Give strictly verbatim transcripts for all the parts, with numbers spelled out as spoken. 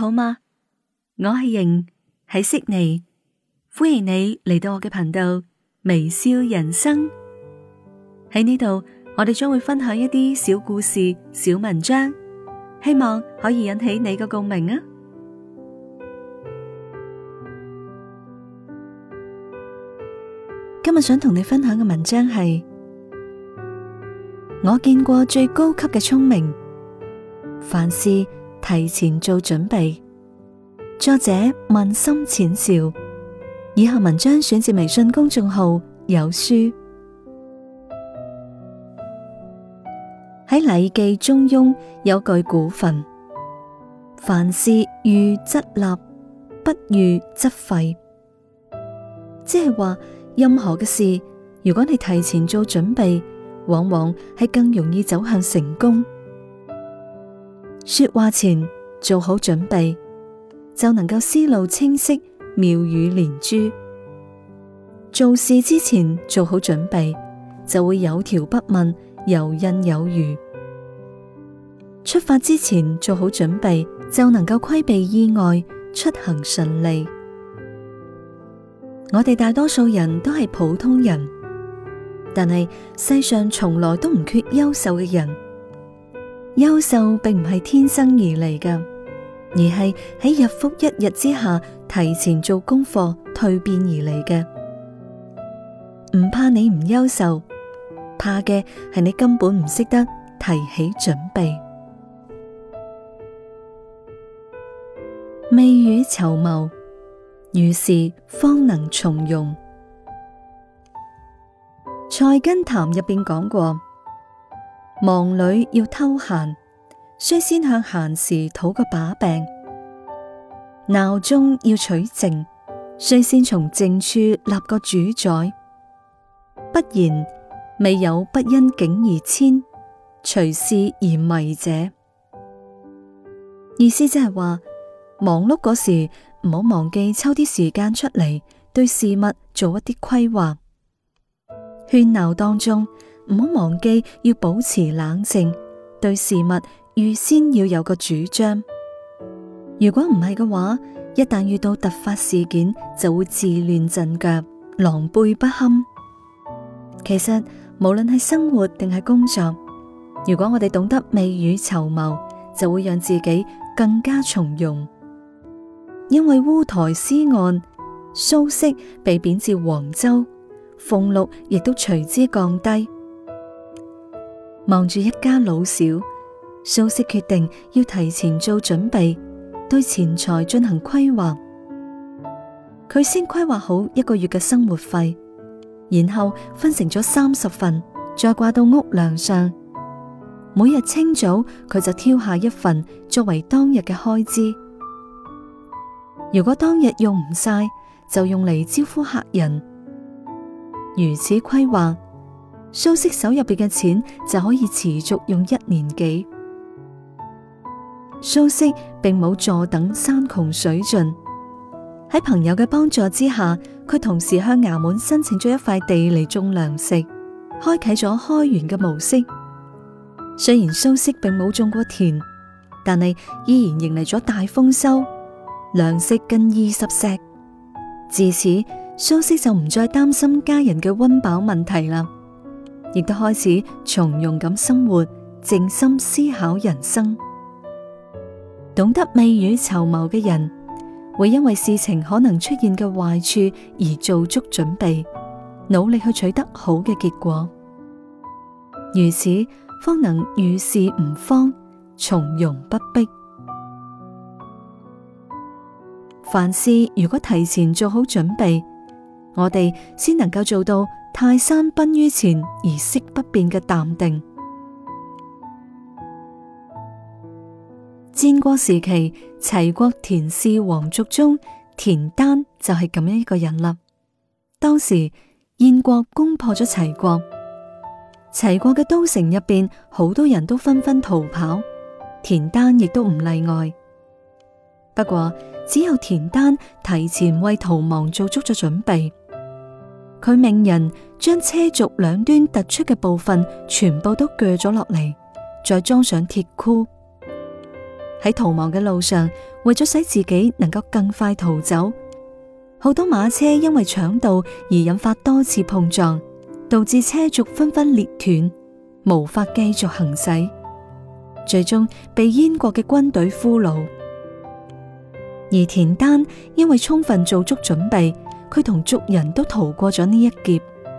好嗎？我係瑩，喺悉尼，歡迎你嚟到我嘅頻道微笑人生。喺呢度，我哋將會分享一啲小故事、小文章，希望可以引起你嘅共鳴啊！今日想同你分享嘅文章係：我見過最高級嘅聰明，凡事提前做準備。作者問心淺笑。以下文章選自微信公眾號有書。喺《禮記·中庸》有句古訓：凡事預則立，不預則廢。即係話，任何嘅事，如果你提前做準備，往往係更容易走向成功。說話前做好準備，就能夠思路清晰，妙語連珠。做事之前做好準備，就會有條不紊，游刃有餘。出發之前做好準備，就能夠規避意外，出行順利。我哋大多數人都係普通人，但係世上從來都唔缺優秀嘅人。優秀並唔係天生而嚟㗎，而係喺日復一日之下提前做功課蛻變而嚟嘅。唔怕你唔優秀，怕嘅係你根本唔識得提起準備。未雨綢繆，遇事方能從容。菜根譚入邊講過，忙裏要偷閒，須先向閒時討個把柄；鬧鐘要取靜，須先從靜處立個主宰。不然，未有不因境而遷，隨事而迷者。意思即係話，忙碌嗰時唔好忘記抽啲時間出嚟，對事物做一啲規劃。喧鬧當中，唔好忘記要保持冷靜，對事物預先要有個主張。如果唔係嘅話，一旦遇到突發事件，就會自亂陣腳，狼狽不堪。其實無論係生活定係工作，如果我哋懂得未雨綢繆，就會讓自己更加從容。因為烏台詩案，蘇軾被貶至黃州，俸祿亦都隨之降低。望住一家老小，蘇軾決定要提前做準備，對錢財進行規劃。佢先規劃好一個月嘅生活費，然後分成咗三十份，再掛到屋梁上。每日清早，佢就挑下一份作為當日嘅開支。如果當日用唔晒，就用嚟招呼客人。如此規劃，蘇軾手入邊嘅錢就可以持續用一年幾。蘇軾並冇坐等山窮水盡，喺朋友嘅幫助之下，佢同時向衙門申請咗一塊地嚟種糧食，開啟咗開園嘅模式。雖然蘇軾並冇種過田，但係依然迎嚟咗大豐收，糧食近二十石。自此，蘇軾就唔再擔心家人嘅溫飽問題啦，亦都開始從容咁生活，靜心思考人生。懂得未雨綢繆嘅人，會因為事情可能出現嘅壞處而做足準備，努力去取得好嘅結果。如此，方能遇事唔慌，從容不迫。凡事如果提前做好準備，我哋先能夠做到泰山崩於前而色不變嘅淡定。戰國時期，齊國田氏皇族中，田丹就係咁樣一個人啦。當時燕國攻破咗齊國，齊國嘅都城入邊，好多人都紛紛逃跑，田丹亦都唔例外。不過只有田丹提前為逃亡做足咗準備，佢命人將車軸兩端突出嘅部分全部都鋸咗落嚟，再裝上鐵箍。 喺逃亡嘅路上，為咗使自己能夠更快逃走，好多馬車因為搶道而引發多次碰撞，導致車軸紛紛裂斷，無法繼續行駛，最終被燕國嘅軍隊俘虜。而田丹因為充分做足準備，佢同族人都逃過咗呢一劫。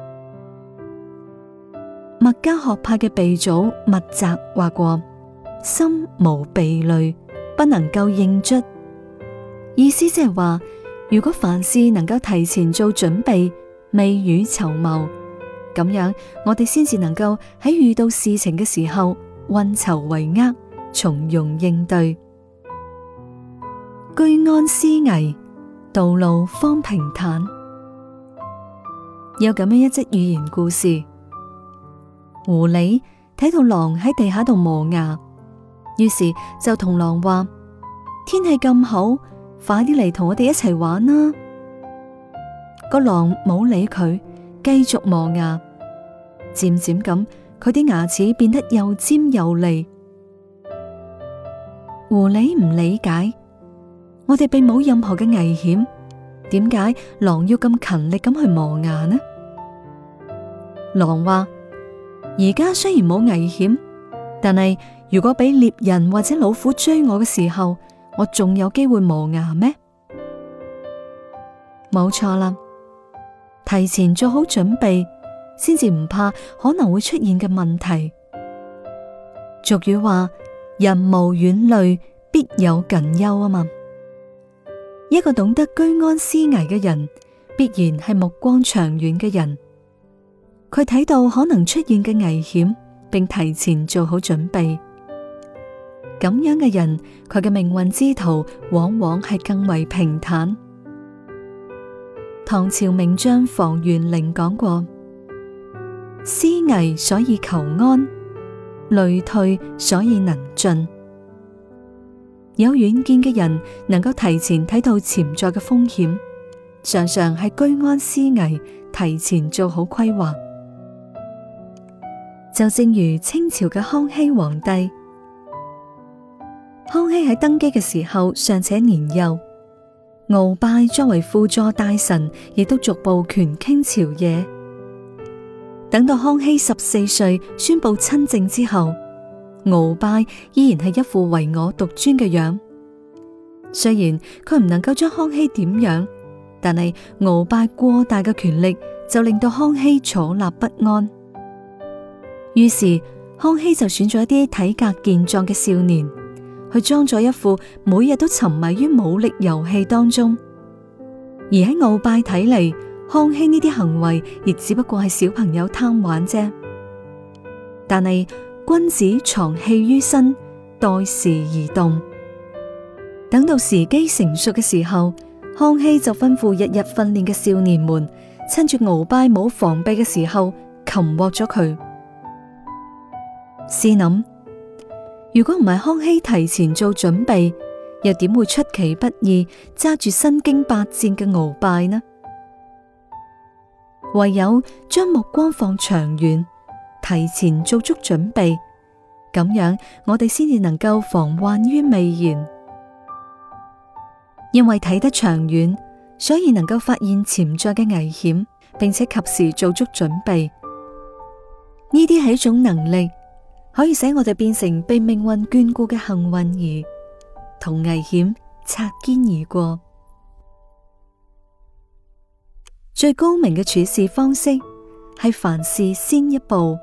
墨家學派嘅鼻祖墨翟話過：心無避慮，不能夠應卒。意思即係話，如果凡事能夠提前做準備，未雨綢繆，咁樣我哋先至能夠喺遇到事情嘅時候運籌帷幄，從容應對。居安思危，道路方平坦。有咁樣一則寓言故事：狐狸睇到狼喺地下度磨牙，於是就同狼話：天氣咁好，快啲嚟同我哋一齊玩啦！個狼冇理佢，繼續磨牙。漸漸咁，佢啲牙齒變得又尖又利。狐狸唔理解，我哋並冇任何嘅危險，點解狼要咁勤力咁去磨牙呢？狼話：而家雖然冇危險，但係如果俾獵人或者老虎追我嘅時候，我仲有機會磨牙咩？冇錯啦，提前做好準備，先至唔怕可能會出現嘅問題。俗語話：人無遠慮，必有近憂啊嘛。一個懂得居安思危嘅人，必然係目光長遠嘅人。佢睇到可能出現嘅危險，並提前做好準備。咁樣嘅人，佢嘅命運之途往往係更為平坦。唐朝名將房玄齡講過：思危所以求安，慮退所以能進。有遠見嘅人能夠提前睇到潛在嘅風險，常常係居安思危，提前做好規劃。就正如清朝嘅康熙皇帝，康熙喺登基嘅時候尚且年幼，鰲拜作為輔助大臣，亦都逐步權傾朝野。等到康熙十四歲宣布親政之後，鰲拜依然係一副唯我獨尊嘅樣。雖然佢唔能夠將康熙點樣，但係鰲拜過大嘅權力就令到康熙坐立不安。於是康熙就選咗一啲體格健壯嘅少年，去裝咗一副每日都沉迷於武力遊戲當中。而喺鰲拜睇嚟，康熙呢啲行為亦只不過係小朋友貪玩啫。但係君子藏器於身，待時而動。等到時機成熟嘅時候，康熙就吩咐日日訓練嘅少年們，趁住鰲拜冇防備嘅時候，擒獲咗佢。試諗，如果唔係康熙提前做準備，又點會出其不意揸住身經百戰嘅鰲拜呢？唯有將目光放長遠，提前做足準備，咁樣我哋先至能夠防患於未然。因為睇得長遠，所以能夠發現潛在嘅危險，並且及時做足準備。呢啲係一種能力，可以使我哋變成被命運眷顧嘅幸運兒，同危險擦肩而過。最高明嘅處事方式係凡事先一步。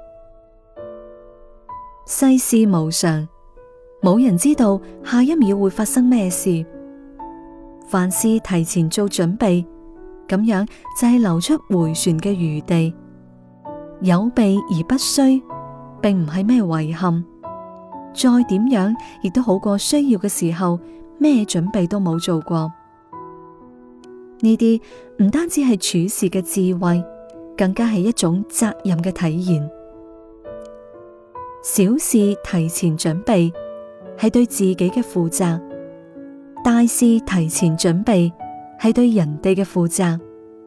世事無常，冇人知道下一秒會發生咩事。凡事提前做準備，咁樣就係留出回旋嘅餘地。有備而不衰，並唔係咩遺憾。再點樣，亦都好過需要嘅時候咩準備都冇做過。呢啲唔單止係處事嘅智慧，更加係一種責任嘅體現。小事提前準備，係對自己嘅負責。大事提前準備，係對人哋嘅負責。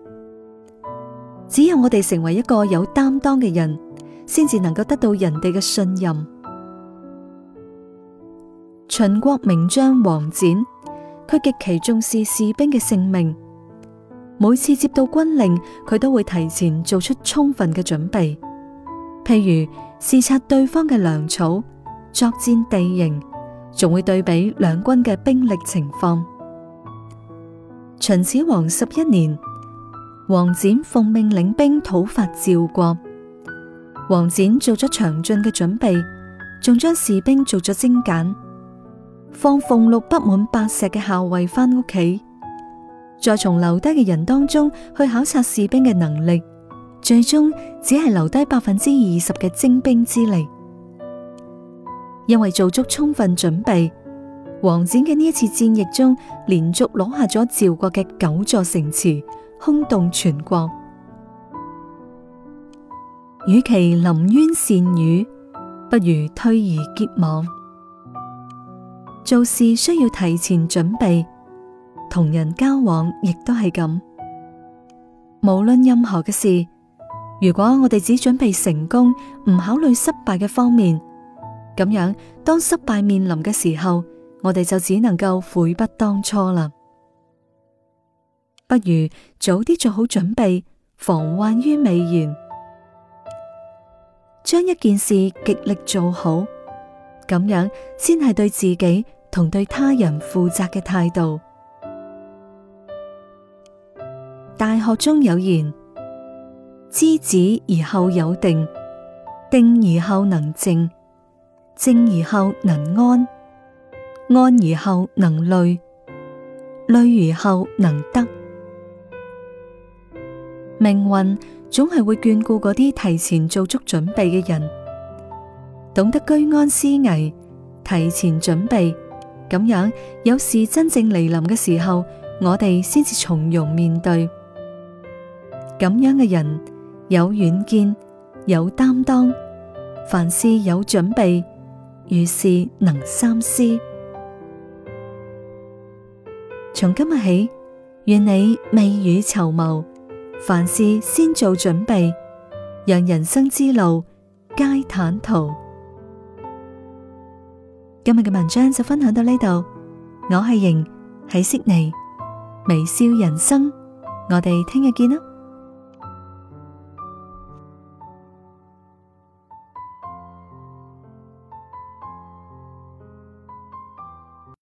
只有我哋成為一個有擔當嘅人，先至能夠得到人哋嘅信任。 秦國名將王翦，佢極其重視士兵嘅性命，每次接到軍令，佢都會提前做出充分嘅準備，譬如視察對方嘅糧草、作戰地形，仲會對比兩軍嘅兵力情況。秦始皇十一年，王翦奉命領兵討伐趙國。王翦做咗詳盡嘅準備，仲將士兵做咗精簡，放俸祿不滿百石嘅校尉返屋企，再從留低嘅人當中去考察士兵嘅能力，最終只係留低百分之二十嘅精兵之力。因為做足充分準備，王翦嘅呢一次戰役中，連續攞下咗趙國嘅九座城池，轟動全國。與其臨淵羨魚，不如退而結網。做事需要提前準備，同人交往亦都係咁。無論任何嘅事，如果我哋只準備成功，唔考慮失敗嘅方面，咁樣當失敗面臨嘅時候，我哋就只能夠悔不當初啦。不如早啲做好準備，防患於未然。將一件事極力做好，咁樣先係對自己同對他人負責嘅態度。大學中有言：知止而後有定，定而後能靜，靜而後能安，安而後能慮，慮而後能得。命運總係會眷顧嗰啲提前做足準備嘅人，懂得居安思危，提前準備，咁樣有事真正嚟臨嘅時候，我哋先至從容面對。咁樣嘅人有遠見，有擔當，凡事有準備，遇事能三思。從今日起，願你未雨綢繆，凡事先做準備，讓人生之路皆坦途。今日嘅文章就分享到呢度，我係瑩，喺悉尼微笑人生，我哋聽日見啦。